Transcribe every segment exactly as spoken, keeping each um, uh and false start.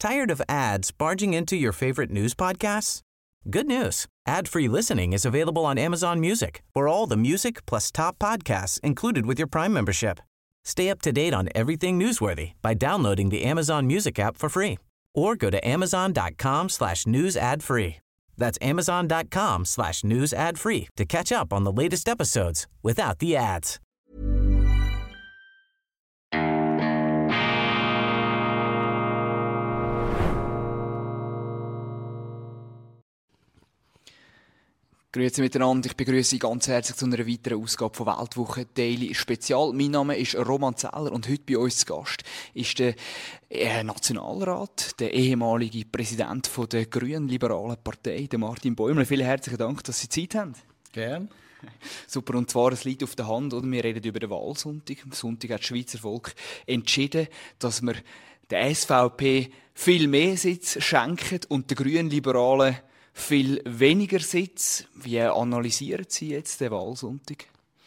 Tired of ads barging into your favorite news podcasts? Good news. Ad-free listening is available on Amazon Music for all the music plus top podcasts included with your Prime membership. Stay up to date on everything newsworthy by downloading the Amazon Music app for free or go to amazon.com slash news ad free. That's amazon.com slash news ad free to catch up on the latest episodes without the ads. Grüezi miteinander, ich begrüße Sie ganz herzlich zu einer weiteren Ausgabe von Weltwoche Daily Spezial. Mein Name ist Roman Zeller und heute bei uns zu Gast ist der äh, Nationalrat, der ehemalige Präsident von der Grünliberalen Partei, der Martin Bäumle. Vielen herzlichen Dank, dass Sie Zeit haben. Gerne. Super, und zwar, es liegt auf der Hand, oder? Wir reden über den Wahlsonntag. Am Sonntag hat das Schweizer Volk entschieden, dass wir der S V P viel mehr Sitz schenken und den Grünliberalen viel weniger Sitz. Wie analysieren Sie jetzt den Wahlsonntag?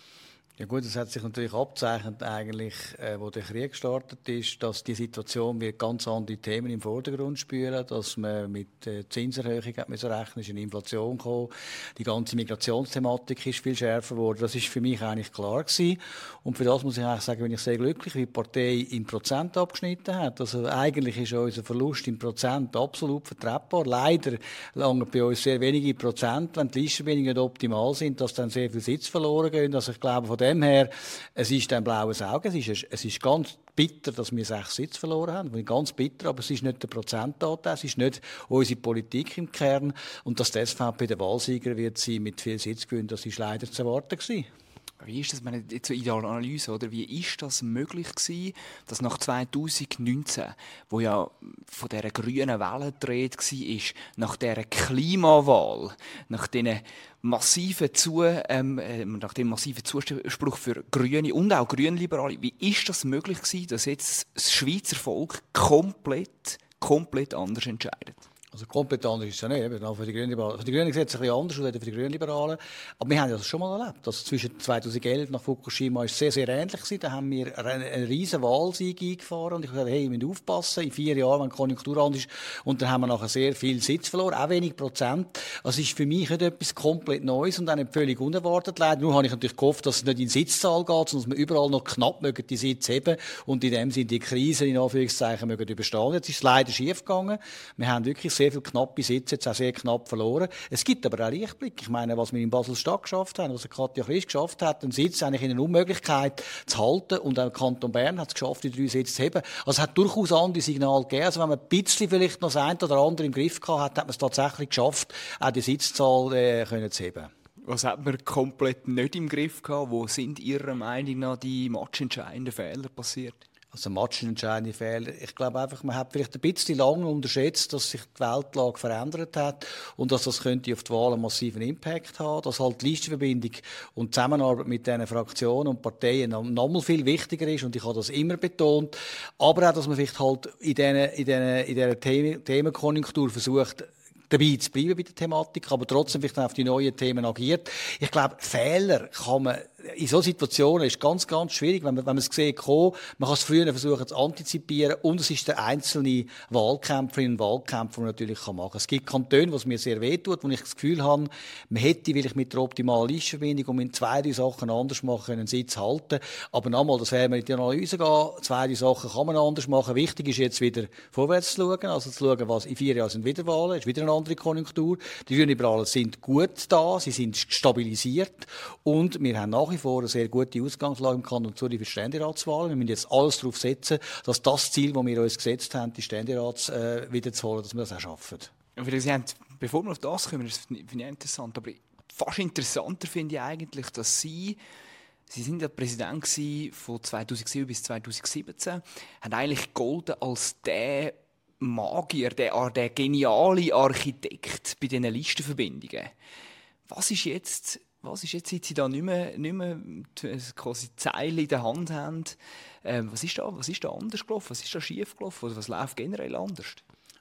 Ja gut, es hat sich natürlich abzeichnet, eigentlich, äh, wo der Krieg gestartet ist, dass die Situation wird ganz andere Themen im Vordergrund spüren, dass man mit äh, Zinserhöhung hat müssen rechnen, ist eine Inflation gekommen, die ganze Migrationsthematik ist viel schärfer geworden. Das ist für mich eigentlich klar gewesen. Und für das muss ich eigentlich sagen, bin ich sehr glücklich, wie die Partei in Prozent abgeschnitten hat. Also eigentlich ist unser Verlust in Prozent absolut vertretbar. Leider langen bei uns sehr wenige Prozent, wenn die Listenbindungen nicht optimal sind, dass dann sehr viel Sitz verloren gehen. Also ich glaube, von dem her, es ist ein blaues Auge. Es ist, es ist ganz bitter, dass wir sechs Sitze verloren haben. Ganz bitter, aber es ist nicht der Prozentanteil, es ist nicht unsere Politik im Kern. Und dass die S V P der Wahlsieger wird sein mit viel Sitzgewinn, das ist leider zu erwarten gewesen. Wie ist das, meine, jetzt eine ideale Analyse, oder? Wie ist das möglich gewesen, dass nach zweitausendneunzehn, wo ja von dieser grünen Welle gedreht war, nach dieser Klimawahl, nach diesen massiven Zu, ähm, nach dem massiven Zuspruch für Grüne und auch Grünliberale, wie ist das möglich gewesen, dass jetzt das Schweizer Volk komplett, komplett anders entscheidet? Also komplett anders ist es ja nicht. Für die Grünliberalen, für die Grünen sieht es ein bisschen anders aus als für die Grünliberalen. Aber wir haben das schon mal erlebt. Also zwischen zweitausendelf nach Fukushima war es sehr, sehr ähnlich gewesen. Da haben wir einen riesen Wahlsieg eingefahren. Und ich habe gesagt, hey, wir müssen aufpassen. In vier Jahren, wenn die Konjunktur anders ist. Und dann haben wir nachher sehr viel Sitz verloren. Auch wenig Prozent. Also es ist für mich nicht etwas komplett Neues und auch nicht völlig unerwartet. Leider. Nur habe ich natürlich gehofft, dass es nicht in die Sitzzahl geht, sondern dass wir überall noch knapp mögen die Sitze haben und in dem Sinne die Krise in Anführungszeichen mögen überstehen. Jetzt ist es leider schief gegangen. Wir haben wirklich sehr viele knappe Sitze, jetzt auch sehr knapp verloren. Es gibt aber auch Lichtblick. Ich meine, was wir in Basel-Stadt geschafft haben, was Katja Christ geschafft hat, einen Sitz eigentlich in einer Unmöglichkeit zu halten und auch der Kanton Bern hat es geschafft, die drei Sitze zu haben. Also es hat durchaus andere Signale gegeben. Also wenn man ein bisschen vielleicht noch das eine oder andere im Griff gehabt hat, hat man es tatsächlich geschafft, auch die Sitzzahl äh, können zu heben. Was hat man komplett nicht im Griff gehabt? Wo sind Ihrer Meinung nach die matchentscheidenden Fehler passiert? Also matchentscheidende Fehler. Ich glaube einfach, man hat vielleicht ein bisschen lange unterschätzt, dass sich die Weltlage verändert hat und dass das könnte auf die Wahl einen massiven Impact haben, dass halt die Listenverbindung und die Zusammenarbeit mit diesen Fraktionen und Parteien noch, noch mal viel wichtiger ist und ich habe das immer betont. Aber auch, dass man vielleicht halt in dieser, in dieser, in dieser Themen, Themenkonjunktur versucht, dabei zu bleiben bei der Thematik, aber trotzdem vielleicht auf die neuen Themen agiert. Ich glaube, Fehler kann man in solchen Situationen ist ganz, ganz schwierig, wenn man, wenn man es sieht, kommen. Man kann es früher versuchen zu antizipieren und es ist der einzelne Wahlkämpferin und Wahlkämpfer, der natürlich machen kann. Es gibt Kantone, wo es mir sehr wehtut, wo ich das Gefühl habe, man hätte vielleicht mit der optimalen Listenverbindung um in zwei, drei Sachen anders machen können, einen Sitz halten. Aber nochmal, das werden wir in die Analyse gehen. Zwei, drei Sachen kann man anders machen. Wichtig ist jetzt wieder vorwärts zu schauen, also zu schauen, was in vier Jahren sind wieder Wahlen, ist wieder eine andere Konjunktur. Die Grünliberalen sind gut da, sie sind stabilisiert und wir haben nach wie vor eine sehr gute Ausgangslage im Kanton Zürich für Ständeratswahlen. Wir müssen jetzt alles darauf setzen, dass das Ziel, das wir uns gesetzt haben, die Ständerats äh, wiederzuholen, dass wir das auch schaffen. Und Sie haben, bevor wir auf das kommen, das finde ich interessant, aber fast interessanter finde ich eigentlich, dass Sie Sie sind ja Präsident von zweitausendsieben bis zweitausendsiebzehn, haben eigentlich gegolten als der Magier, der, der geniale Architekt bei diesen Listenverbindungen. Was ist jetzt, was ist jetzt, seit Sie da nicht mehr, nicht mehr quasi die Zeile in der Hand haben, äh, was ist da, was ist da anders gelaufen, was ist da schief gelaufen, was läuft generell anders?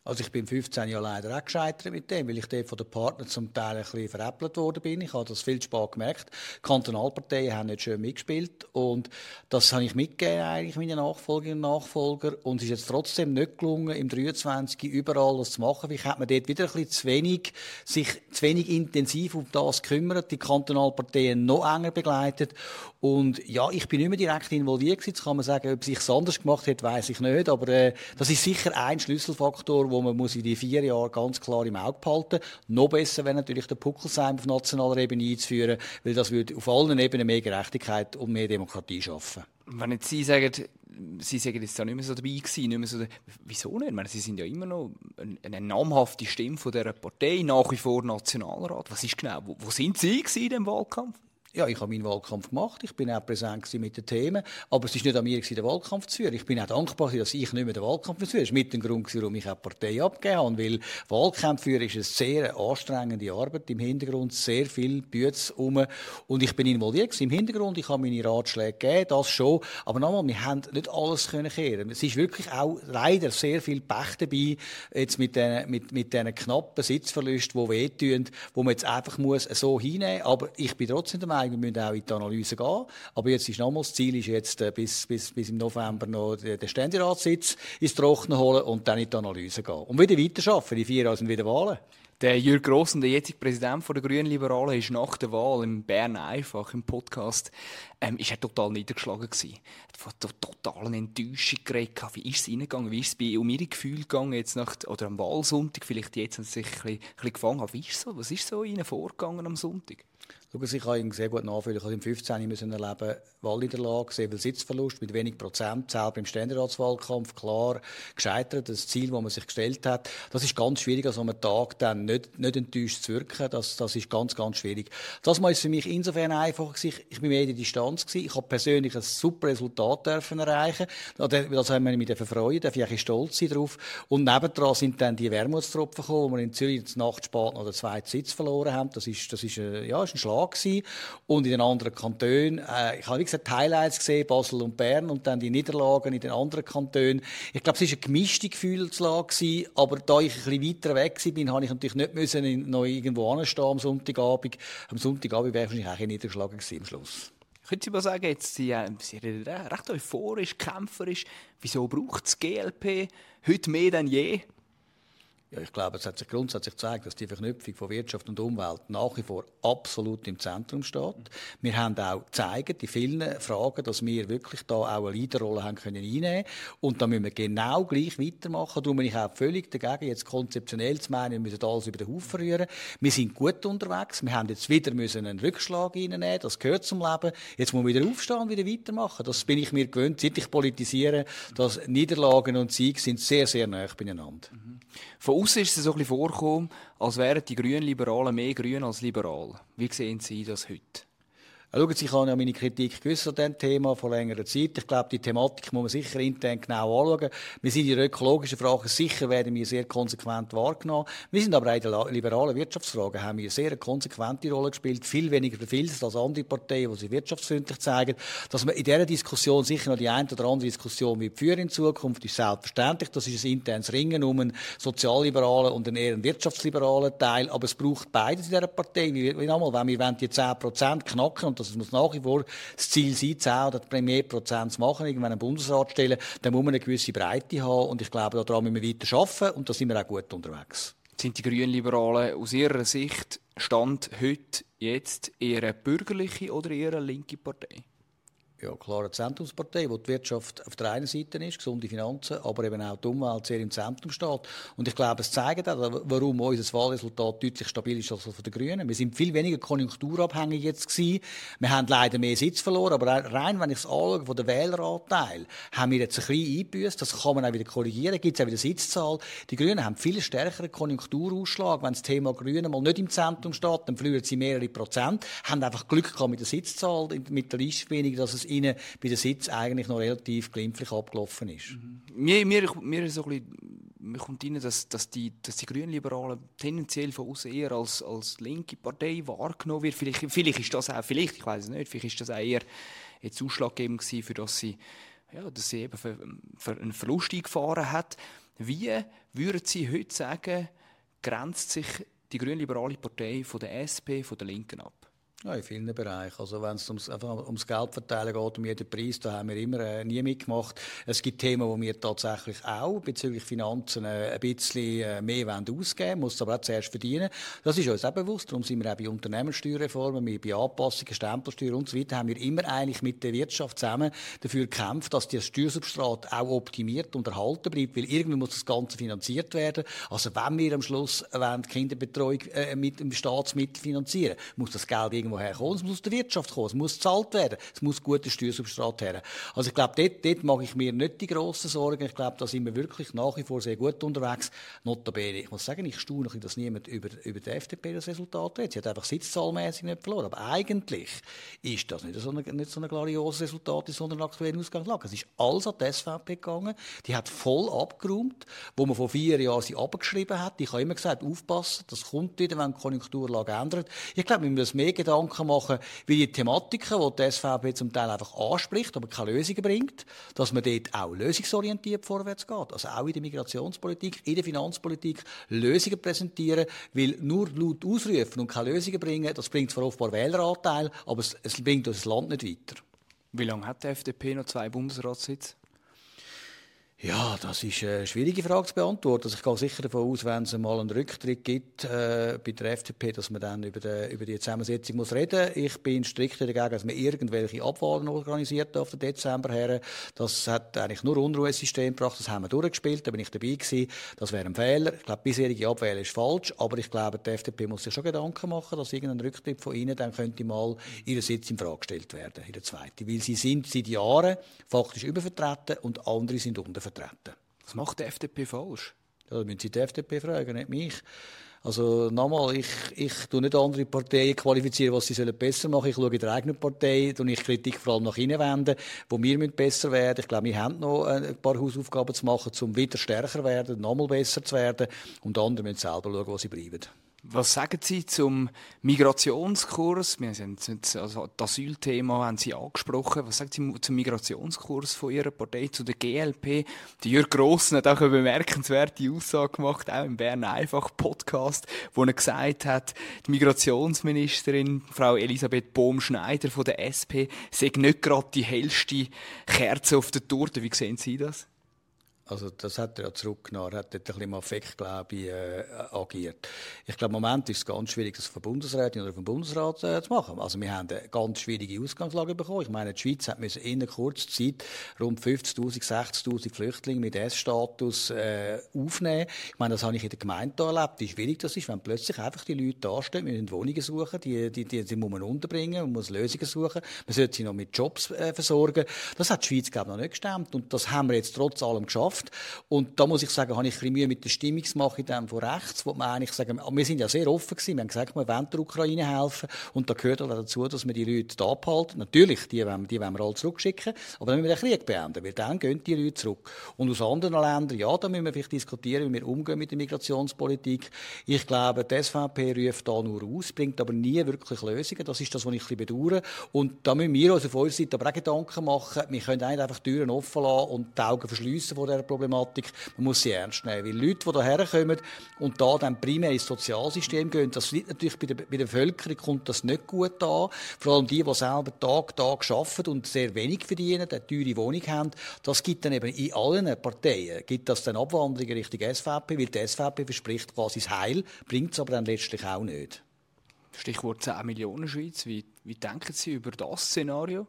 Also ich bin fünfzehn Jahre leider auch gescheitert mit dem, weil ich dort von den Partnern zum Teil ein bisschen veräppelt worden bin. Ich habe das viel zu spät gemerkt. Die Kantonalparteien haben nicht schön mitgespielt und das habe ich mitgegeben eigentlich meinen Nachfolgerinnen und Nachfolgern und es ist jetzt trotzdem nicht gelungen, im dreiundzwanzig überall das zu machen. Ich habe mir dort wieder ein bisschen zu wenig, sich zu wenig intensiv um das gekümmert, die Kantonalparteien noch enger begleitet und ja, ich bin nicht mehr direkt involviert gewesen. Jetzt kann man sagen, ob es sich anders gemacht hat, weiss ich nicht, aber äh, das ist sicher ein Schlüsselfaktor, wo man muss in die vier Jahre ganz klar im Auge behalten. Noch besser wäre natürlich der Puckelsheim auf nationaler Ebene einzuführen, weil das würde auf allen Ebenen mehr Gerechtigkeit und mehr Demokratie schaffen. Wenn jetzt Sie sagen, Sie sagen jetzt da nicht mehr so dabei gewesen, nicht mehr so, wieso nicht? Ich meine, Sie sind ja immer noch eine, eine namhafte Stimme von dieser Partei, nach wie vor Nationalrat. Was ist genau? Wo, wo sind Sie gewesen in diesem Wahlkampf? Ja, ich habe meinen Wahlkampf gemacht, ich bin auch präsent mit den Themen, aber es ist nicht an mir, den Wahlkampf zu führen. Ich bin auch dankbar, dass ich nicht mehr den Wahlkampf führe. Das ist mit dem Grund, warum ich auch die Partei abgegeben habe, weil Wahlkampf führen ist eine sehr anstrengende Arbeit, im Hintergrund sehr viel Bütz rum und ich bin involviert im Hintergrund, ich habe meine Ratschläge gegeben, das schon, aber nochmal, wir haben nicht alles können kehren. Es ist wirklich auch leider sehr viel Pech dabei, jetzt mit diesen mit, mit diesen knappen Sitzverlusten, die wehtun, wo man jetzt einfach muss so hinnehmen muss, aber ich bin trotzdem der Meinung, wir müssen auch in die Analyse gehen. Aber jetzt ist nochmals, das Ziel ist jetzt, äh, bis, bis, bis im November noch den Ständeratssitz ins Trockene holen und dann in die Analyse gehen. Und wieder weiterarbeiten. Die vier Jahre sind wieder Wahlen. Der Jürg Grossen, der jetzige Präsident der Grünen Liberalen, ist nach der Wahl im Bern einfach im Podcast ähm, ist er total niedergeschlagen gewesen. Er hat von der totalen Enttäuschung geredet. Wie ist es reingegangen? Wie ist es bei um ihre Gefühle gegangen jetzt nach, oder am Wahlsonntag? Vielleicht jetzt haben sie sich ein bisschen, ein bisschen gefangen. Wie ist so? Was ist so ihnen vorgegangen am Sonntag? Schauen Sie, ich kann Ihnen sehr gut nachfühlen. Ich habe im fünfzehn müssen erleben, Wahlniederlage, sehr viel Sitzverlust mit wenig Prozent, selber im Ständeratswahlkampf klar gescheitert. Das Ziel, das man sich gestellt hat, das ist ganz schwierig, also an einem Tag dann nicht, nicht enttäuscht zu wirken. Das, das ist ganz, ganz schwierig. Das war für mich insofern einfach. Ich bin mehr in der Distanz gewesen. Ich habe persönlich ein super Resultat dürfen erreichen. Das haben wir mich freuen, darf ich auch stolz sein drauf. Und nebendran sind dann die Wermutstropfen gekommen, wo wir in Zürich in der Nacht spät noch den zweiten Sitz verloren haben. Das ist, das ist, äh, ja, ist ein Schlag gewesen. Und in den anderen Kantonen, äh, ich habe wie gesagt Highlights gesehen, Basel und Bern und dann die Niederlagen in den anderen Kantonen. Ich glaube, es war eine gemischte Gefühlslage gewesen, aber da ich ein bisschen weiter weg bin, habe ich natürlich nicht müssen noch irgendwo anstehen am Sonntagabend. Am Sonntagabend wäre ich wahrscheinlich auch niedergeschlagen gewesen am Schluss. Können Sie mal sagen, jetzt, Sie, äh, Sie reden recht euphorisch, kämpferisch. Wieso braucht das G L P heute mehr denn je? Ja, ich glaube, es hat sich grundsätzlich gezeigt, dass die Verknüpfung von Wirtschaft und Umwelt nach wie vor absolut im Zentrum steht. Wir haben auch gezeigt, in vielen Fragen, dass wir wirklich da auch eine Leaderrolle haben können einnehmen. Und da müssen wir genau gleich weitermachen. Darum bin ich auch völlig dagegen, jetzt konzeptionell zu meinen, wir müssen alles über den Haufen rühren. Wir sind gut unterwegs. Wir haben jetzt wieder müssen einen Rückschlag reinnehmen. Das gehört zum Leben. Jetzt muss man wieder aufstehen und wieder weitermachen. Das bin ich mir gewöhnt, seit ich politisiere, dass Niederlagen und Sieg sind sehr, sehr nah beieinander. Mhm. Von außen ist es so ein bisschen vorgekommen, als wären die Grünliberalen mehr grün als liberal. Wie sehen Sie das heute? Schauen Sie, ich habe ja meine Kritik geäussert an diesem Thema vor längerer Zeit. Ich glaube, die Thematik muss man sicher intern genau anschauen. Wir sind in der ökologischen Frage sicher, werden wir sehr konsequent wahrgenommen. Wir sind aber auch in der liberalen Wirtschaftsfrage, haben wir sehr eine konsequente Rolle gespielt, viel weniger verfilzt als andere Parteien, die sich wirtschaftsfreundlich zeigen. Dass man in dieser Diskussion sicher noch die eine oder andere Diskussion wird führen in Zukunft, ist selbstverständlich. Das ist ein internes Ringen um einen sozialliberalen und einen eher einen wirtschaftsliberalen Teil. Aber es braucht beides in dieser Partei. Wie, wie nochmal, wenn wir die zehn Prozent knacken, und das muss nach wie vor das Ziel sein, zehn oder mehr Prozent zu machen, irgendwann einen Bundesrat stellen, dann muss man eine gewisse Breite haben und ich glaube, daran müssen wir weiter arbeiten und da sind wir auch gut unterwegs. Sind die Grünliberalen aus Ihrer Sicht Stand heute jetzt eher eine bürgerliche oder eher eine linke Partei? Ja, klar, eine Zentrumspartei, wo die Wirtschaft auf der einen Seite ist, gesunde Finanzen, aber eben auch die Umwelt sehr im Zentrum steht. Und ich glaube, es zeigt auch, warum unser Wahlresultat deutlich stabiler ist als das von den Grünen. Wir sind viel weniger konjunkturabhängig jetzt gewesen. Wir haben leider mehr Sitz verloren, aber rein, wenn ich es anschaue, von den Wähleranteil, haben wir jetzt ein bisschen eingebüßt. Das kann man auch wieder korrigieren. Gibt es auch wieder Sitzzahl. Die Grünen haben viel stärkeren Konjunkturausschlag. Wenn das Thema Grüne mal nicht im Zentrum steht, dann verlieren sie mehrere Prozent. Haben einfach Glück gehabt mit der Sitzzahl, mit der Listgewinnung, dass es ihnen bei der Sitz eigentlich noch relativ glimpflich abgelaufen ist. Mhm. Mir, mir, mir, so ein bisschen, mir kommt rein, dass, dass, die, dass die Grünliberalen tendenziell von außen eher als, als linke Partei wahrgenommen wird. Vielleicht, vielleicht ist das auch, vielleicht, ich weiß es nicht, vielleicht ist das auch eher jetzt ausschlaggebend gewesen, für dass sie, ja, dass sie eben für, für einen Verlust eingefahren hat. Wie würden Sie heute sagen, grenzt sich die grünliberale Partei von der S P, von der Linken ab? Ja, in vielen Bereichen. Also wenn es ums, einfach ums Geldverteilen geht, um jeden Preis, da haben wir immer äh, nie mitgemacht. Es gibt Themen, wo wir tatsächlich auch bezüglich Finanzen äh, ein bisschen äh, mehr wollen ausgeben, muss aber auch zuerst verdienen. Das ist uns auch bewusst. Darum sind wir auch bei Unternehmenssteuerreformen, bei Anpassungen, Stempelsteuer und so weiter, haben wir immer eigentlich mit der Wirtschaft zusammen dafür gekämpft, dass das Steuersubstrat auch optimiert und erhalten bleibt, weil irgendwie muss das Ganze finanziert werden. Also wenn wir am Schluss wollen, die Kinderbetreuung äh, mit dem Staatsmittel finanzieren, muss das Geld irgendwo herkommen. Es muss aus der Wirtschaft kommen, es muss gezahlt werden, es muss gutes Steuersubstrat her. Also ich glaube, dort, dort mache ich mir nicht die grossen Sorgen. Ich glaube, da sind wir wirklich nach wie vor sehr gut unterwegs. Notabene, ich muss sagen, ich staune, dass niemand über, über die F D P das Resultat redet. Sie hat einfach sitzzahlmässig nicht verloren. Aber eigentlich ist das nicht so ein nicht so ein glorioses Resultat in so einer aktuellen Ausgangslage. Es ist alles an die S V P gegangen. Die hat voll abgeräumt, wo man vor vier Jahren sie abgeschrieben hat. Ich habe immer gesagt, aufpassen, das kommt wieder, wenn die Konjunkturlage ändert. Ich glaube, wir müssen mehr Gedanken machen, wie die Thematiken, die die S V P zum Teil einfach anspricht, aber keine Lösungen bringt, dass man dort auch lösungsorientiert vorwärts geht. Also auch in der Migrationspolitik, in der Finanzpolitik Lösungen präsentieren, weil nur laut ausrufen und keine Lösungen bringen, das bringt zwar offenbar Wähleranteil, aber es, es bringt unser Land nicht weiter. Wie lange hat die F D P noch zwei Bundesratssitze? Ja, das ist eine schwierige Frage zu beantworten. Also ich gehe sicher davon aus, wenn es mal einen Rücktritt gibt äh, bei der F D P, dass man dann über die, über die Zusammensetzung muss reden. Ich bin strikt dagegen, dass man irgendwelche Abwahlen organisiert auf den Dezember her. Das hat eigentlich nur Unruhesystem gebracht. Das haben wir durchgespielt. Da bin ich dabei gewesen. Das wäre ein Fehler. Ich glaube, bisherige Abwählen ist falsch. Aber ich glaube, die F D P muss sich schon Gedanken machen, dass irgendein Rücktritt von ihnen dann könnte mal ihr Sitz in Frage gestellt werden, in der zweiten. Weil sie sind seit Jahren faktisch übervertreten und andere sind untervertreten. Was macht die F D P falsch? Ja, da müssen Sie die F D P fragen, nicht mich. Also nochmal, ich, ich tue nicht andere Parteien qualifizieren, was sie sollen besser machen. Ich schaue in der eigenen Partei, tue ich Kritik vor allem nach innen wenden, wo wir müssen besser werden. Ich glaube, wir haben noch ein paar Hausaufgaben zu machen, um wieder stärker zu werden, nochmal besser zu werden. Und andere müssen selber schauen, wo sie bleiben. Was sagen Sie zum Migrationskurs? Wir haben also das Asylthema haben Sie angesprochen. Was sagen Sie zum Migrationskurs von Ihrer Partei, zu der G L P? Die Jürg Grossen hat auch eine bemerkenswerte Aussage gemacht, auch im Bern einfach Podcast, wo er gesagt hat, die Migrationsministerin, Frau Elisabeth Bohm-Schneider von der S P, sei nicht gerade die hellste Kerze auf der Torte. Wie sehen Sie das? Also das hat er ja zurückgenommen. Er hat dort ein bisschen im Affekt, glaube ich, äh, agiert. Ich glaube, im Moment ist es ganz schwierig, das von Bundesrätin oder vom Bundesrat äh, zu machen. Also wir haben eine ganz schwierige Ausgangslage bekommen. Ich meine, die Schweiz hat müssen in einer kurzen Zeit rund fünfzigtausend, sechzigtausend Flüchtlinge mit S-Status äh, aufnehmen. Ich meine, das habe ich in der Gemeinde erlebt, wie schwierig das ist, wenn plötzlich einfach die Leute da stehen, wir müssen Wohnungen suchen, die, die, die, die muss man unterbringen, man muss Lösungen suchen, man sollte sie noch mit Jobs äh, versorgen. Das hat die Schweiz, glaube ich, noch nicht gestemmt. Und das haben wir jetzt trotz allem geschafft. Und da muss ich sagen, habe ich ein bisschen Mühe mit der Stimmungsmache in dem von rechts, wo man eigentlich sagen, wir sind ja sehr offen gewesen, wir haben gesagt, wir wollen der Ukraine helfen und da gehört auch dazu, dass wir die Leute da abhalten. Natürlich, die wollen, die wollen wir alle zurückschicken, aber dann müssen wir den Krieg beenden, weil dann gehen die Leute zurück. Und aus anderen Ländern, ja, da müssen wir vielleicht diskutieren, wie wir umgehen mit der Migrationspolitik. Ich glaube, die S V P ruft da nur aus, bringt aber nie wirklich Lösungen. Das ist das, was ich ein bisschen bedauere. Und da müssen wir uns auf unserer Seite aber auch Gedanken machen. Wir können einfach die Türen offen lassen und die Augen verschliessen vor dieser Problematik. Man muss sie ernst nehmen. Weil Leute, die hierher kommen und da dann primär ins Sozialsystem gehen, das liegt natürlich bei der, bei der Bevölkerung kommt das nicht gut an. Vor allem die, die selber Tag, Tag arbeiten und sehr wenig verdienen, eine teure Wohnung haben. Das gibt dann eben in allen Parteien, gibt das dann Abwanderungen Richtung S V P, weil die S V P verspricht quasi das Heil, bringt es aber dann letztlich auch nicht. Stichwort zehn Millionen Schweiz. Wie, wie denken Sie über das Szenario?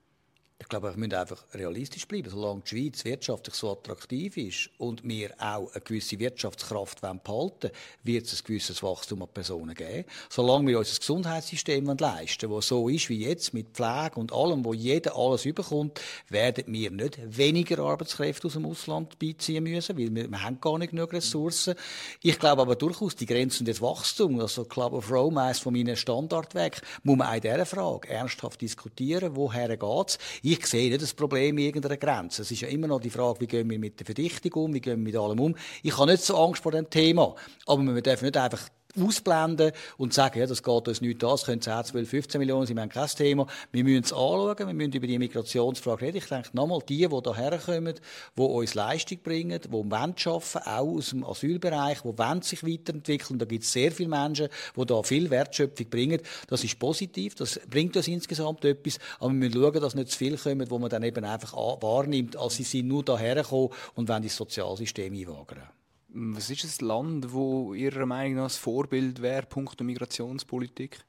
Ich glaube, wir müssen einfach realistisch bleiben. Solange die Schweiz wirtschaftlich so attraktiv ist und wir auch eine gewisse Wirtschaftskraft behalten wollen, wird es ein gewisses Wachstum an Personen geben. Solange wir unser Gesundheitssystem leisten wollen, das so ist wie jetzt, mit Pflege und allem, wo jeder alles überkommt, werden wir nicht weniger Arbeitskräfte aus dem Ausland beiziehen müssen, weil wir, wir haben gar nicht genug Ressourcen. Ich glaube aber durchaus, die Grenzen des Wachstums, also Club of Rome, eines von meinen Standardwerken, muss man auch in dieser Frage ernsthaft diskutieren, woher geht's. Ich sehe nicht das Problem in irgendeiner Grenze. Es ist ja immer noch die Frage, wie gehen wir mit der Verdichtung um, wie gehen wir mit allem um. Ich habe nicht so Angst vor dem Thema, aber wir dürfen nicht einfach ausblenden und sagen, ja, das geht uns nicht an, es können zehn, zwölf, fünfzehn Millionen sein, wir haben kein Thema. Wir müssen es anschauen, wir müssen über die Migrationsfrage reden. Ich denke nochmal, die, die hierher kommen, die uns Leistung bringen, die wollen arbeiten, auch aus dem Asylbereich, die wollen sich weiterentwickeln. Da gibt es sehr viele Menschen, die da viel Wertschöpfung bringen. Das ist positiv, das bringt uns insgesamt etwas, aber wir müssen schauen, dass nicht zu viele kommen, wo man dann eben einfach wahrnimmt, als sie sind nur hierher kommen und wollen ins Sozialsystem einwagern. Was ist das Land, das Ihrer Meinung nach das Vorbild wäre, punkto Migrationspolitik?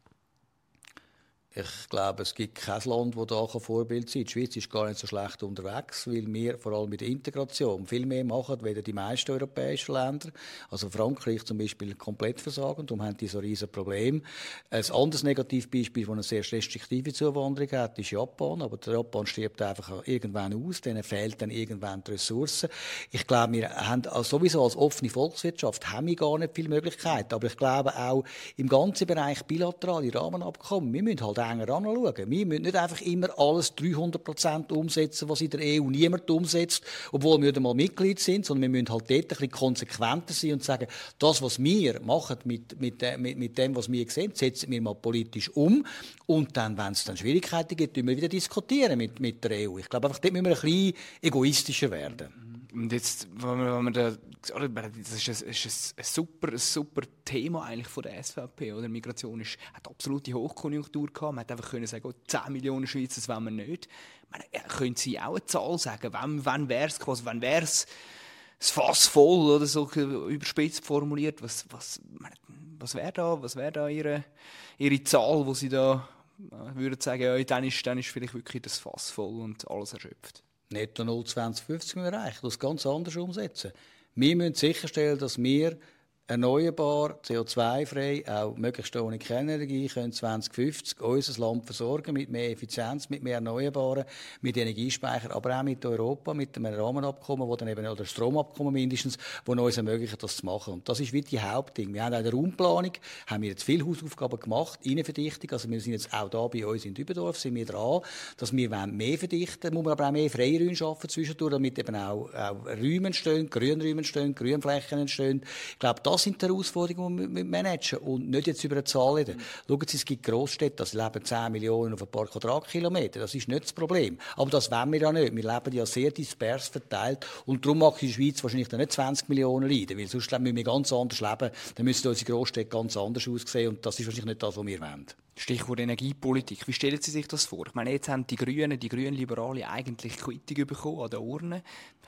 Ich glaube, es gibt kein Land, das da Vorbild sein kann. Die Schweiz ist gar nicht so schlecht unterwegs, weil wir vor allem mit der Integration viel mehr machen, als die meisten europäischen Länder. Also Frankreich zum Beispiel komplett versagen, darum haben die so riesen Probleme. Ein anderes Negativbeispiel, das eine sehr restriktive Zuwanderung hat, ist Japan. Aber der Japan stirbt einfach irgendwann aus, denen fehlt dann irgendwann die Ressourcen. Ich glaube, wir haben sowieso als offene Volkswirtschaft haben wir gar nicht viele Möglichkeiten. Aber ich glaube auch im ganzen Bereich bilaterale Rahmenabkommen, wir müssen halt enger anschauen. Wir müssen nicht einfach immer alles dreihundert Prozent umsetzen, was in der E U niemand umsetzt, obwohl wir nicht einmal Mitglied sind, sondern wir müssen halt dort ein bisschen konsequenter sein und sagen, das, was wir machen mit, mit, mit, mit dem, was wir sehen, setzen wir mal politisch um. Und dann, wenn es dann Schwierigkeiten gibt, müssen wir wieder diskutieren mit, mit der E U. Ich glaube, einfach dort müssen wir ein bisschen egoistischer werden. Und jetzt, wenn wir, wenn wir da, das ist, ein, ist ein, super, ein super Thema eigentlich von der S V P, oder? Migration ist, hat absolute Hochkonjunktur gehabt. Man hätte einfach können sagen, oh, zehn Millionen Schweizer, das wollen wir nicht. Man, können Sie auch eine Zahl sagen? Wann, wann wäre es quasi, wann wäre es das Fass voll, oder so überspitzt formuliert? Was, was, was wäre da, was wäre da Ihre, Ihre Zahl, wo Sie da würden sagen, ja, dann ist, dann ist vielleicht wirklich das Fass voll und alles erschöpft? Netto null zwanzig fünfzig müssen wir erreichen, das ganz anders umsetzen. Wir müssen sicherstellen, dass wir erneuerbar, C O zwei frei, auch möglichst ohne Kernenergie, können zwanzig fünfzig unser Land versorgen mit mehr Effizienz, mit mehr Erneuerbaren, mit Energiespeicher, aber auch mit Europa, mit einem Rahmenabkommen, wo dann eben, oder Stromabkommen mindestens, wo uns ermöglicht, das zu machen. Und das ist wie die Hauptding. Wir haben auch in der Raumplanung, haben wir jetzt viele Hausaufgaben gemacht, Innenverdichtung, also wir sind jetzt auch da bei uns in Dübendorf, sind wir dran, dass wir mehr verdichten, muss man aber auch mehr Freiräume schaffen zwischendurch, damit eben auch, auch Räume entstehen, Grünräume entstehen, Grünflächen entstehen. Ich glaube, das sind die Herausforderungen, die wir managen und nicht jetzt über eine Zahl reden. Mhm. Schauen Sie, es gibt Großstädte, da leben zehn Millionen auf ein paar Quadratkilometer. Das ist nicht das Problem. Aber das wollen wir ja nicht. Wir leben ja sehr dispers verteilt und darum mag die Schweiz wahrscheinlich dann nicht zwanzig Millionen leiden, weil sonst müssen wir ganz anders leben. Dann müssen unsere Großstädte ganz anders aussehen und das ist wahrscheinlich nicht das, was wir wollen. Stichwort Energiepolitik. Wie stellen Sie sich das vor? Ich meine, jetzt haben die Grünen, die Grünliberalen eigentlich Quittung bekommen an den Urnen.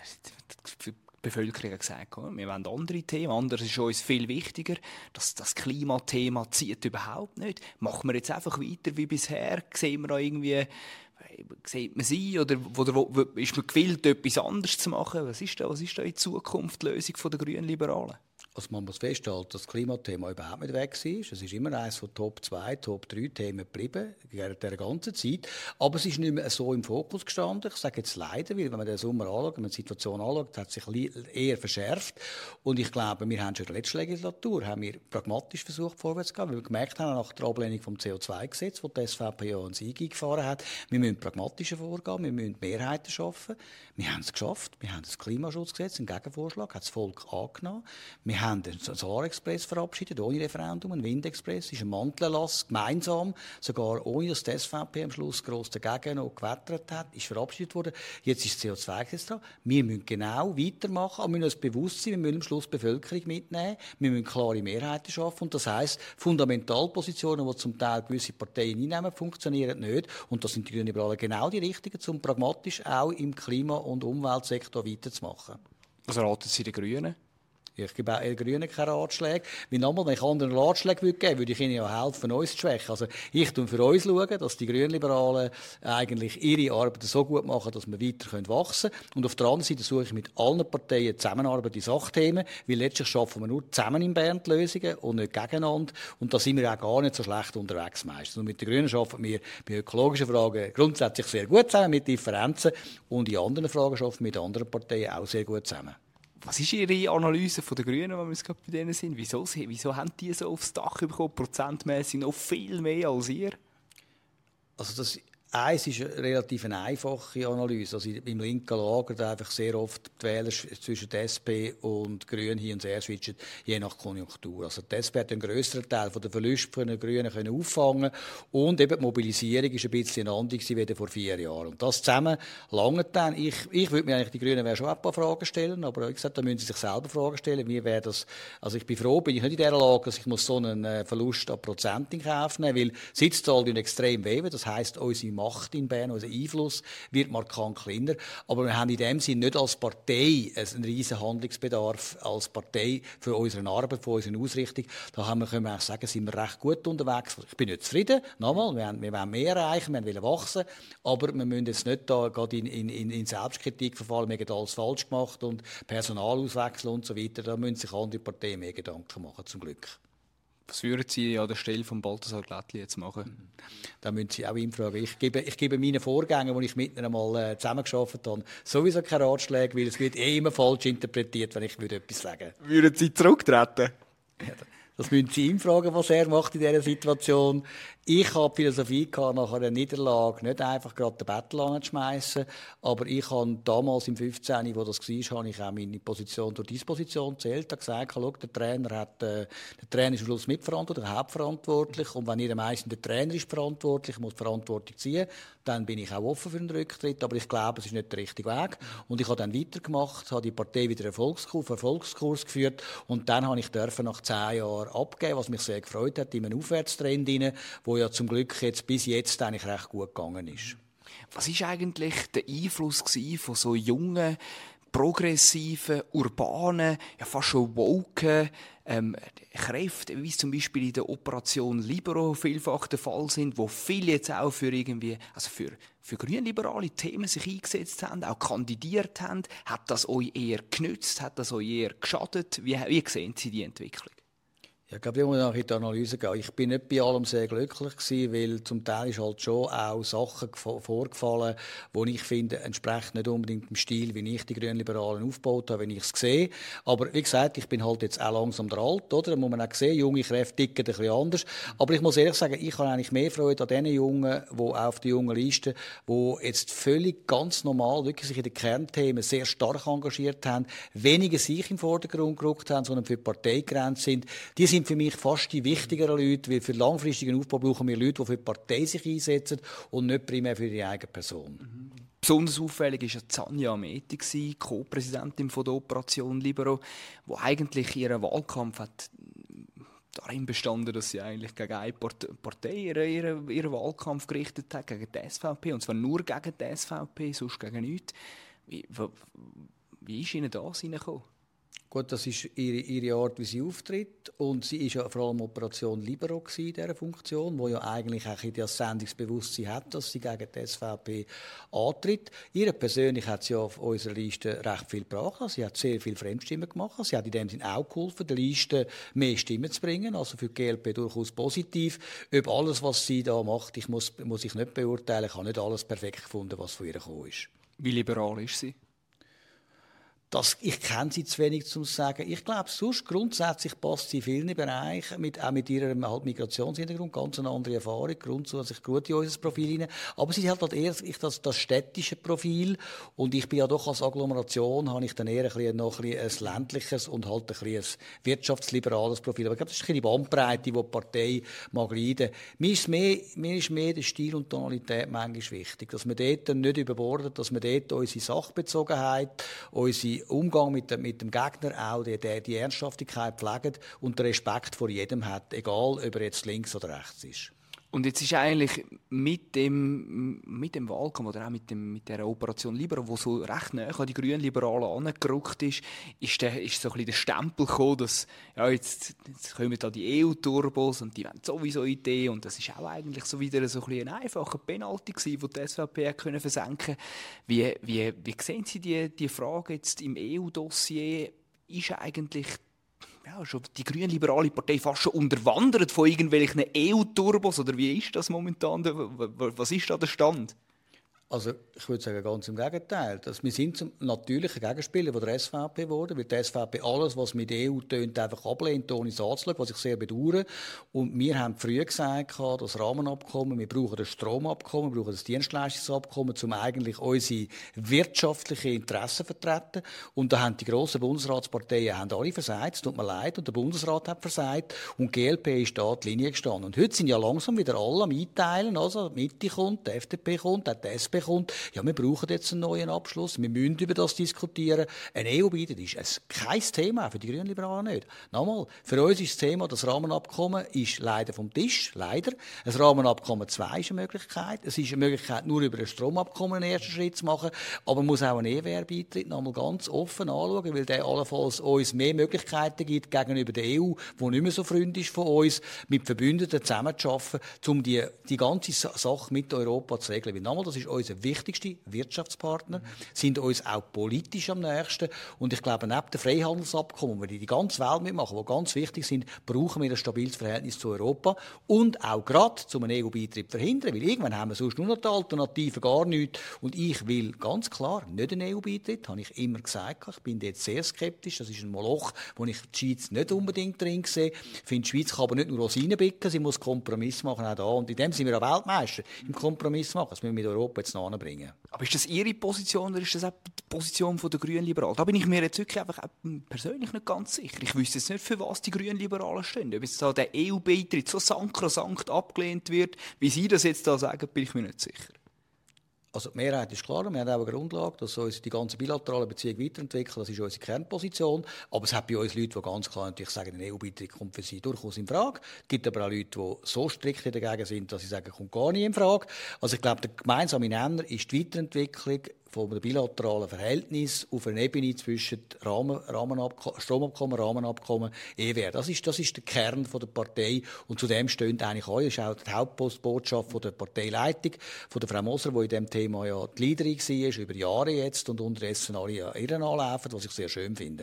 Die Bevölkerung hat gesagt, wir wollen andere Themen, anderes ist uns viel wichtiger. Das, das Klimathema zieht überhaupt nicht. Machen wir jetzt einfach weiter wie bisher? Sehen wir da irgendwie, sieht man sie oder, oder wo, ist man gewillt, etwas anderes zu machen? Was ist da, was ist da in Zukunft die Lösung der Grünliberalen? Also man muss festhalten, dass das Klimathema überhaupt nicht weg ist. Es ist immer eines von Top zwei, Top drei Themen geblieben, während der ganzen Zeit. Aber es ist nicht mehr so im Fokus gestanden. Ich sage jetzt leider, weil wenn man den Sommer anschaut, wenn man die Situation anschaut, hat es sich eher verschärft. Und ich glaube, wir haben schon in der letzten Legislatur haben wir pragmatisch versucht, vorwärts zu gehen, weil wir gemerkt haben, nach der Ablehnung vom C O zwei Gesetz, das die S V P ja einen Sieg eingefahren hat, wir müssen pragmatischer vorgehen, wir müssen Mehrheiten schaffen. Wir haben es geschafft. Wir haben das Klimaschutzgesetz, einen Gegenvorschlag, hat das Volk angenommen. Wir haben den Solarexpress verabschiedet, ohne Referendum, ein Windexpress, ist ein Mantelerlass, gemeinsam, sogar ohne dass die S V P am Schluss gross dagegen noch gewettert hat, ist verabschiedet worden. Jetzt ist das C O zwei Gesetz dran. Wir müssen genau weitermachen, aber wir müssen uns bewusst sein, wir müssen am Schluss die Bevölkerung mitnehmen, wir müssen klare Mehrheiten schaffen und das heisst, Fundamentalpositionen, die zum Teil gewisse Parteien einnehmen, funktionieren nicht und das sind die Grünliberalen genau die richtigen, um pragmatisch auch im Klima- und Umweltsektor weiterzumachen. Was raten Sie den Grünen? Ich gebe auch den Grünen keine Ratschläge. Weil nochmal, wenn ich anderen Ratschläge würde geben, würde ich ihnen ja helfen, uns zu schwächen. Also ich schaue für uns, schauen, dass die Grünliberalen eigentlich ihre Arbeit so gut machen, dass wir weiter wachsen können. Und auf der anderen Seite suche ich mit allen Parteien Zusammenarbeit in Sachthemen, weil letztlich schaffen wir nur zusammen in Bern die Lösungen und nicht gegeneinander. Und da sind wir auch gar nicht so schlecht unterwegs meistens. Und mit den Grünen arbeiten wir bei ökologischen Fragen grundsätzlich sehr gut zusammen, mit Differenzen. Und in anderen Fragen arbeiten wir mit anderen Parteien auch sehr gut zusammen. Was ist Ihre Analyse von den Grünen, wenn wir jetzt gerade bei denen sind? Wieso, wieso haben die so aufs Dach bekommen, prozentmäßig noch viel mehr als ihr? Also das Eins ist eine relativ eine einfache Analyse. Also im linken Lager da einfach sehr oft die Wähler zwischen der S P und Grünen hin und her switchen, je nach Konjunktur. Also die S P hat einen grösseren Teil von der Verluste von den Grünen können auffangen und eben die Mobilisierung ist ein bisschen anders gewesen wie vor vier Jahren. Und das zusammen lange dann. Ich, ich würde mir eigentlich, die Grünen schon ein paar Fragen stellen, aber wie gesagt, da müssen sie sich selber Fragen stellen. Wie wäre das? Also ich bin froh, bin ich nicht in der Lage, dass ich muss so einen Verlust an Prozent in Kauf nehmen, weil Sitzzahlen tun extrem weh. Das heisst, unsere Macht in Bern, unser Einfluss wird markant kleiner. Aber wir haben in dem Sinne nicht als Partei einen riesen Handlungsbedarf, als Partei für unsere Arbeit, für unsere Ausrichtung. Da haben wir, können wir auch sagen, sind wir recht gut unterwegs. Ich bin nicht zufrieden. Nochmal, wir, haben, wir wollen mehr erreichen, wir wollen wachsen. Aber wir müssen jetzt nicht da gerade in, in, in Selbstkritik verfallen, wir haben alles falsch gemacht und Personal auswechseln und so weiter. Da müssen sich andere Parteien mehr Gedanken machen, zum Glück. Was würden Sie an der Stelle von Balthasar Glättli jetzt machen? Da müssen Sie auch ihn fragen. Ich gebe, ich gebe meinen Vorgängern, die ich mit ihnen mal äh, zusammengearbeitet habe, sowieso keine Ratschläge, weil es wird eh immer falsch interpretiert, wenn ich würde etwas sagen würde. Würden Sie zurücktreten? Ja, das müssen Sie ihm fragen, was er macht in dieser Situation. Ich habe die Philosophie gehabt, nach einer Niederlage nicht einfach gerade den Battle anzuschmeissen, aber ich habe damals im fünfzehn, wo das war, habe ich auch meine Position durch Disposition gezählt, habe gesagt, schau, der Trainer hat, äh, der Trainer ist am Schluss mitverantwortlich, der hauptverantwortlich, und wenn ihr meisten der Trainer ist verantwortlich, muss die Verantwortung ziehen, dann bin ich auch offen für einen Rücktritt, aber ich glaube, es ist nicht der richtige Weg. Und ich habe dann weitergemacht, habe die Partei wieder Erfolgskurs, Erfolgskurs geführt und dann habe ich dürfen nach zehn Jahren abgeben, was mich sehr gefreut hat, in einem Aufwärtstrend hinein, wo ja zum Glück jetzt bis jetzt eigentlich recht gut gegangen ist. Was war eigentlich der Einfluss von so jungen, progressiven, urbanen, ja fast schon woken ähm, Kräften, wie es zum Beispiel in der Operation Libero vielfach der Fall sind, wo viele jetzt auch für irgendwie, also für, für grünliberale Themen sich eingesetzt haben, auch kandidiert haben? Hat das euch eher genützt? Hat das euch eher geschadet? Wie, wie sehen Sie die Entwicklung? Ja, ich glaube, ich muss nachher in die Analyse gehen. Ich bin nicht bei allem sehr glücklich gewesen, weil zum Teil ist halt schon auch Sachen vorgefallen, die ich finde, entsprechen nicht unbedingt dem Stil, wie ich die Grünliberalen aufgebaut habe, wenn ich es sehe. Aber wie gesagt, ich bin halt jetzt auch langsam der Alt, oder? Da muss man auch sehen, junge Kräfte ticken ein bisschen anders. Aber ich muss ehrlich sagen, ich habe eigentlich mehr Freude an den Jungen, die auf der jungen Liste, die jetzt völlig ganz normal, wirklich sich in den Kernthemen sehr stark engagiert haben, weniger sich im Vordergrund gerückt haben, sondern für die Partei gerannt sind. Die sind für mich fast die wichtigeren Leute, weil für langfristigen Aufbau brauchen wir Leute, die für die Partei sich einsetzen und nicht primär für ihre eigene Person. Mhm. Besonders auffällig war Zanja Ameti, Co-Präsidentin der Operation Libero, die eigentlich ihren Wahlkampf hat darin bestanden, dass sie eigentlich gegen eine Partei ihren, ihren, ihren Wahlkampf gerichtet hat, gegen die S V P, und zwar nur gegen die S V P, sonst gegen nichts. Wie, wie ist Ihnen das hineingekommen? Gut, das ist ihre, ihre Art, wie sie auftritt. Und sie war ja vor allem Operation Libero in dieser Funktion, wo ja eigentlich auch das Sendungsbewusstsein hat, dass sie gegen die S V P antritt. Ihre persönlich hat sie ja auf unserer Liste recht viel gebracht. Sie hat sehr viele Fremdstimmen gemacht. Sie hat in dem Sinne auch geholfen, der Liste mehr Stimmen zu bringen. Also für die G L P durchaus positiv. Ob alles, was sie da macht, ich muss, muss ich nicht beurteilen. Ich habe nicht alles perfekt gefunden, was von ihr gekommen ist. Wie liberal ist sie? Das, ich kenne sie zu wenig, um zu sagen. Ich glaube, sonst grundsätzlich passt sie in vielen Bereichen, mit, auch mit ihrem halt Migrationshintergrund, ganz eine andere Erfahrung, grundsätzlich gut in unser Profil hinein. Aber sie hat halt eher das, das städtische Profil. Und ich bin ja doch als Agglomeration, habe ich dann eher ein, bisschen, noch ein, bisschen ein ländliches und halt ein, bisschen ein wirtschaftsliberales Profil. Aber ich glaube, das ist ein bisschen die Bandbreite, die die Partei mag leiden. Mir ist mehr, mir ist mehr der Stil und Tonalität manchmal wichtig. Dass wir dort nicht überbordet, dass wir dort unsere Sachbezogenheit, unsere Umgang mit dem, mit dem Gegner auch die, die, die Ernsthaftigkeit pflegt und den Respekt vor jedem hat, egal ob er jetzt links oder rechts ist. Und jetzt ist eigentlich mit dem, mit dem Wahlkampf oder auch mit, dem, mit der Operation Libero, wo so recht nahe an die Grünliberalen angerückt ist, ist, der, ist so ein bisschen der Stempel gekommen, dass ja, jetzt, jetzt kommen da die E U-Turbos und die wollen sowieso Idee, und das ist auch eigentlich so wieder so ein, bisschen ein einfacher Penalty gewesen, den die S V P können versenken. Wie, wie, wie sehen Sie die, die Frage jetzt im E U-Dossier? Ist eigentlich ja, schon die grünliberale Partei fast schon unterwandert von irgendwelchen E U-Turbos, oder wie ist das momentan? Was ist da der Stand? Also ich würde sagen, ganz im Gegenteil. Das, wir sind zum natürlichen Gegenspieler von der S V P geworden, weil die S V P alles, was mit der E U tönt, einfach ablehnt, ohne es anzuschauen, was ich sehr bedauere. Und wir haben früher gesagt, das Rahmenabkommen, wir brauchen das Stromabkommen, wir brauchen das Dienstleistungsabkommen, um eigentlich unsere wirtschaftlichen Interessen zu vertreten. Und da haben die grossen Bundesratsparteien haben alle versagt, es tut mir leid, und der Bundesrat hat versagt. Und die G L P ist da die Linie gestanden. Und heute sind ja langsam wieder alle am Einteilen, also die Mitte kommt, die F D P kommt, auch die S P kommt. Ja, wir brauchen jetzt einen neuen Abschluss. Wir müssen über das diskutieren. Ein E U-Beitritt ist kein Thema, für die Grünliberalen nicht. Nochmal, für uns ist das Thema, das Rahmenabkommen ist leider vom Tisch, leider. Ein Rahmenabkommen zwei ist eine Möglichkeit. Es ist eine Möglichkeit, nur über ein Stromabkommen einen ersten Schritt zu machen. Aber man muss auch einen E W R-Beitritt nochmal ganz offen anschauen, weil der allenfalls uns mehr Möglichkeiten gibt gegenüber der E U, die nicht mehr so freundlich ist von uns, mit Verbündeten zusammenzuarbeiten, um die, die ganze Sache mit Europa zu regeln. Weil nochmal, das ist unser wichtigster Wirtschaftspartner, sind uns auch politisch am nächsten. Und ich glaube, neben den Freihandelsabkommen, wo wir die ganze Welt mitmachen, die ganz wichtig sind, brauchen wir ein stabiles Verhältnis zu Europa und auch gerade zum E U-Beitritt verhindern. Weil irgendwann haben wir sonst nur noch die Alternativen gar nichts. Und ich will ganz klar nicht einen E U-Beitritt, habe ich immer gesagt. Ich bin jetzt sehr skeptisch. Das ist ein Moloch, wo ich die Schweiz nicht unbedingt drin sehe. Ich finde, die Schweiz kann aber nicht nur Rosinen picken, sie muss Kompromiss machen auch da. Und in dem sind wir auch Weltmeister, im Kompromiss machen. Das müssen wir mit Europa jetzt noch anbringen. Aber ist das Ihre Position oder ist das auch die Position der Grünliberalen? Da bin ich mir jetzt wirklich einfach persönlich nicht ganz sicher. Ich wüsste jetzt nicht, für was die Grünliberalen stehen. Ob jetzt da der E U-Beitritt so sankrosankt abgelehnt wird, wie Sie das jetzt da sagen, bin ich mir nicht sicher. Also die Mehrheit ist klar, wir haben auch eine Grundlage, dass uns die ganze bilaterale Beziehung weiterentwickeln, das ist unsere Kernposition. Aber es hat bei uns Leute, die ganz klar natürlich sagen, ein E U-Beitritt kommt für sie durchaus in Frage. Es gibt aber auch Leute, die so strikt dagegen sind, dass sie sagen, kommt gar nicht in Frage. Also ich glaube, der gemeinsame Nenner ist die Weiterentwicklung von einem bilateralen Verhältnis auf einer Ebene zwischen Rahmen, Rahmenabkommen, Stromabkommen, Rahmenabkommen, E W R. Das ist, das ist der Kern von der Partei und zu dem stehen eigentlich alle. Das ist auch die Hauptbotschaft von der Parteileitung, von der Frau Moser, die in diesem Thema ja die Leaderin war, über Jahre jetzt und unterdessen alle ja ihren anlaufen, was ich sehr schön finde.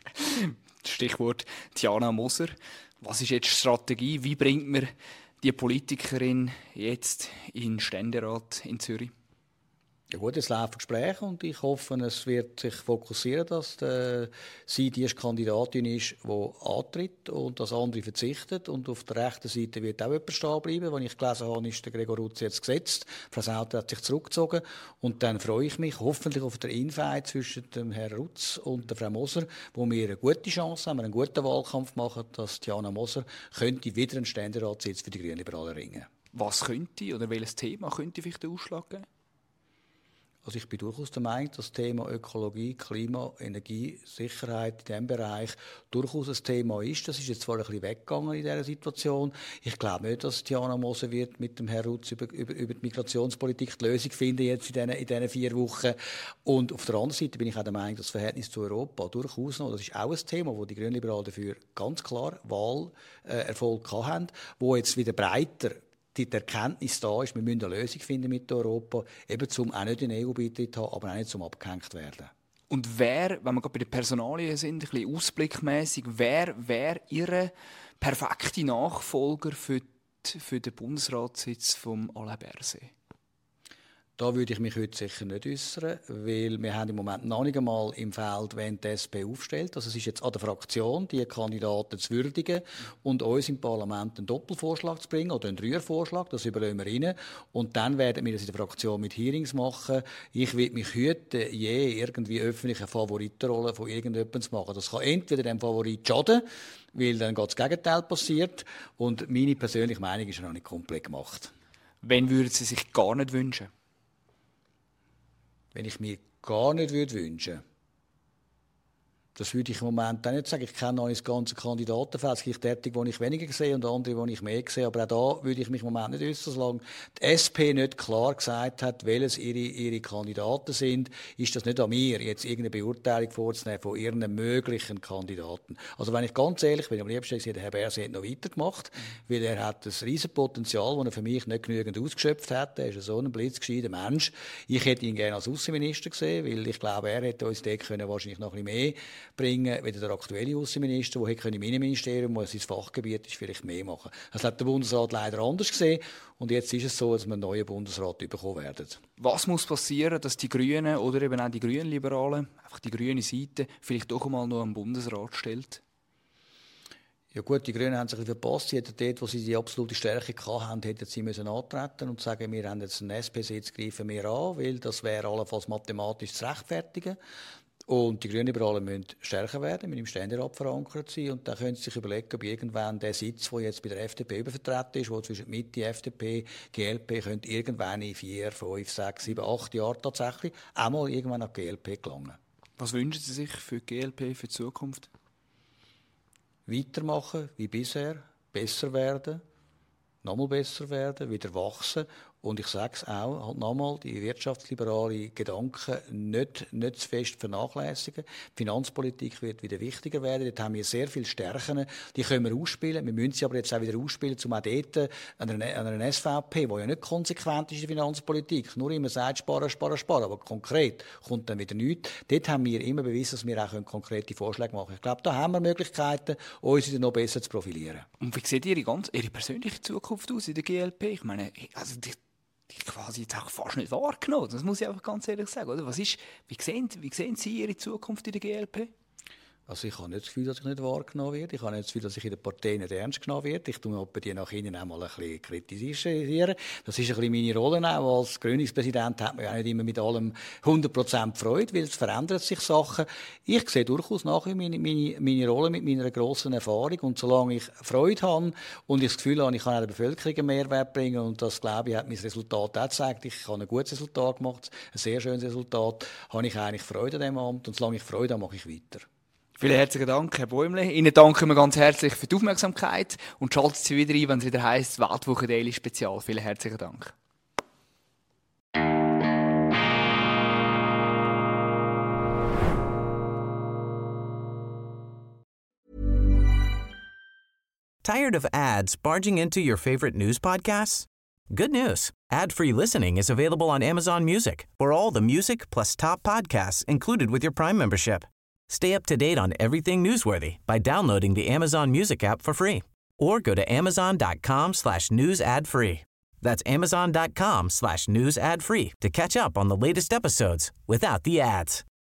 Stichwort Diana Moser. Was ist jetzt die Strategie? Wie bringt man die Politikerin jetzt in den Ständerat in Zürich? Ja gut, es laufen Gespräche und ich hoffe, es wird sich fokussieren, dass die, sie die Kandidatin ist, die antritt und das andere verzichtet. Und auf der rechten Seite wird auch jemand stehen bleiben. Was ich gelesen habe, ist der Gregor Rutz jetzt gesetzt. Frau Sauter hat sich zurückgezogen. Und dann freue ich mich hoffentlich auf den Infight zwischen dem Herrn Rutz und der Frau Moser, wo wir eine gute Chance haben, einen guten Wahlkampf machen, dass Diana Moser könnte wieder einen Ständeratssitz für die Grünliberalen ringen. Was könnte oder welches Thema könnte vielleicht den Ausschlag geben? Also ich bin durchaus der Meinung, dass das Thema Ökologie, Klima, Energie, Sicherheit in diesem Bereich durchaus ein Thema ist. Das ist jetzt zwar ein bisschen weggegangen in dieser Situation. Ich glaube nicht, dass Diana Moser wird mit dem Herrn Rutz über, über, über die Migrationspolitik die Lösung finden jetzt in diesen, in diesen vier Wochen. Und auf der anderen Seite bin ich auch der Meinung, dass das Verhältnis zu Europa durchaus noch, das ist auch ein Thema, wo die Grünliberalen dafür ganz klar Wahlerfolg äh, haben, wo jetzt wieder breiter die Erkenntnis da ist, wir müssen eine Lösung finden mit Europa, eben um auch nicht den E U-Beitritt zu haben, aber auch nicht zum abgehängt werden. Und wer, wenn wir gerade bei den Personalien sind, ein bisschen ausblickmässig, wer wäre Ihr perfekter Nachfolger für, die, für den Bundesratssitz von Alain Berset? Da würde ich mich heute sicher nicht äußern, weil wir haben im Moment noch nicht einmal im Feld, wenn die S P aufstellt. Also es ist jetzt an der Fraktion, die Kandidaten zu würdigen und uns im Parlament einen Doppelvorschlag zu bringen oder einen Dreiervorschlag, das überlegen wir rein. Und dann werden wir das in der Fraktion mit Hearings machen. Ich will mich hüten, je irgendwie öffentliche Favoritenrolle von irgendjemandem zu machen. Das kann entweder dem Favorit schaden, weil dann das Gegenteil passiert. Und meine persönliche Meinung ist noch nicht komplett gemacht. Wen würden Sie sich gar nicht wünschen? Wenn ich mir gar nicht wünschen würde, das würde ich im Moment auch nicht sagen. Ich kenne noch das ganze Kandidatenfeld. Es gibt derartige, die ich weniger sehe und andere, die ich mehr sehe. Aber auch da würde ich mich im Moment nicht äußern, solange die S P nicht klar gesagt hat, welches ihre, ihre Kandidaten sind, ist das nicht an mir, jetzt irgendeine Beurteilung vorzunehmen von ihren möglichen Kandidaten. Also wenn ich ganz ehrlich bin, am liebsten gesagt, der Herr Berset hat noch weitergemacht, mhm. weil er hat ein riesen Potenzial, das er für mich nicht genügend ausgeschöpft hat. Er ist so ein blitzgescheiter Mensch. Ich hätte ihn gerne als Außenminister gesehen, weil ich glaube, er hätte uns dort können wahrscheinlich noch ein bisschen mehr bringen, wie der aktuelle Außenminister, der im Innenministerium, wo sein Fachgebiet ist, vielleicht mehr machen. Das hat der Bundesrat leider anders gesehen. Und jetzt ist es so, dass wir einen neuen Bundesrat bekommen werden. Was muss passieren, dass die Grünen oder eben auch die Grünliberalen, einfach die grüne Seite, vielleicht doch einmal noch einen Bundesrat stellt? Ja gut, die Grünen haben sich ein bisschen verpasst. Sie hätten dort, wo sie die absolute Stärke hatten, hätten sie müssen antreten und sagen, wir haben jetzt einen S P-Sitz, greifen wir an, weil das wäre allenfalls mathematisch zu rechtfertigen. Und die Grünliberalen müssen stärker werden, mit dem Ständerat verankert sein. Und dann können sie sich überlegen, ob irgendwann der Sitz, der jetzt bei der F D P übervertreten ist, wo zwischen Mitte, F D P, G L P, könnte irgendwann in vier, fünf, sechs, sieben, acht Jahren tatsächlich auch mal irgendwann an die G L P gelangen. Was wünschen Sie sich für die G L P, für die Zukunft? Weitermachen wie bisher, besser werden, nochmal besser werden, wieder wachsen. Und ich sage es auch, halt nochmal, die wirtschaftsliberalen Gedanken nicht, nicht zu fest vernachlässigen. Die Finanzpolitik wird wieder wichtiger werden. Dort haben wir sehr viele Stärken, die können wir ausspielen. Wir müssen sie aber jetzt auch wieder ausspielen, um auch dort an einer, an einer S V P, die ja nicht konsequent ist in der Finanzpolitik, nur immer sagt, sparen, sparen, sparen, aber konkret kommt dann wieder nichts. Dort haben wir immer bewiesen, dass wir auch konkrete Vorschläge machen können. Ich glaube, da haben wir Möglichkeiten, uns wieder noch besser zu profilieren. Und wie sieht Ihre, ganz, Ihre persönliche Zukunft aus in der G L P? Ich meine, also die Ich quasi jetzt auch fast nicht wahrgenommen. Das muss ich einfach ganz ehrlich sagen. Oder? Was ist, wie, sehen, wie sehen Sie Ihre Zukunft in der G L P? Also ich habe nicht das Gefühl, dass ich nicht wahrgenommen werde. Ich habe nicht das Gefühl, dass ich in der Partei nicht ernst genommen werde. Ich tue mir die nach innen auch mal ein bisschen kritisieren. Das ist ein bisschen meine Rolle auch. Als Gründungspräsident hat man ja nicht immer mit allem hundert Prozent Freude, weil es verändern sich Sachen. Ich sehe durchaus nachher meine, meine, meine Rolle mit meiner grossen Erfahrung. Und solange ich Freude habe und ich das Gefühl habe, ich kann der Bevölkerung einen Mehrwert bringen, und das, glaube ich, hat mein Resultat auch gezeigt. Ich habe ein gutes Resultat gemacht, ein sehr schönes Resultat, habe ich eigentlich Freude an diesem Amt. Und solange ich Freude habe, mache ich weiter. Vielen herzlichen Dank, Herr Bäumle. Ihnen danken wir ganz herzlich für die Aufmerksamkeit und schalten Sie wieder ein, wenn es wieder heisst Weltwoche Daily Spezial. Vielen herzlichen Dank. Tired of ads barging into your favorite news podcasts? Good news. Ad-free listening is available on Amazon Music for all the music plus top podcasts included with your Prime membership. Stay up to date on everything newsworthy by downloading the Amazon Music app for free or go to amazon.com slash news ad free. That's amazon.com slash news ad free to catch up on the latest episodes without the ads.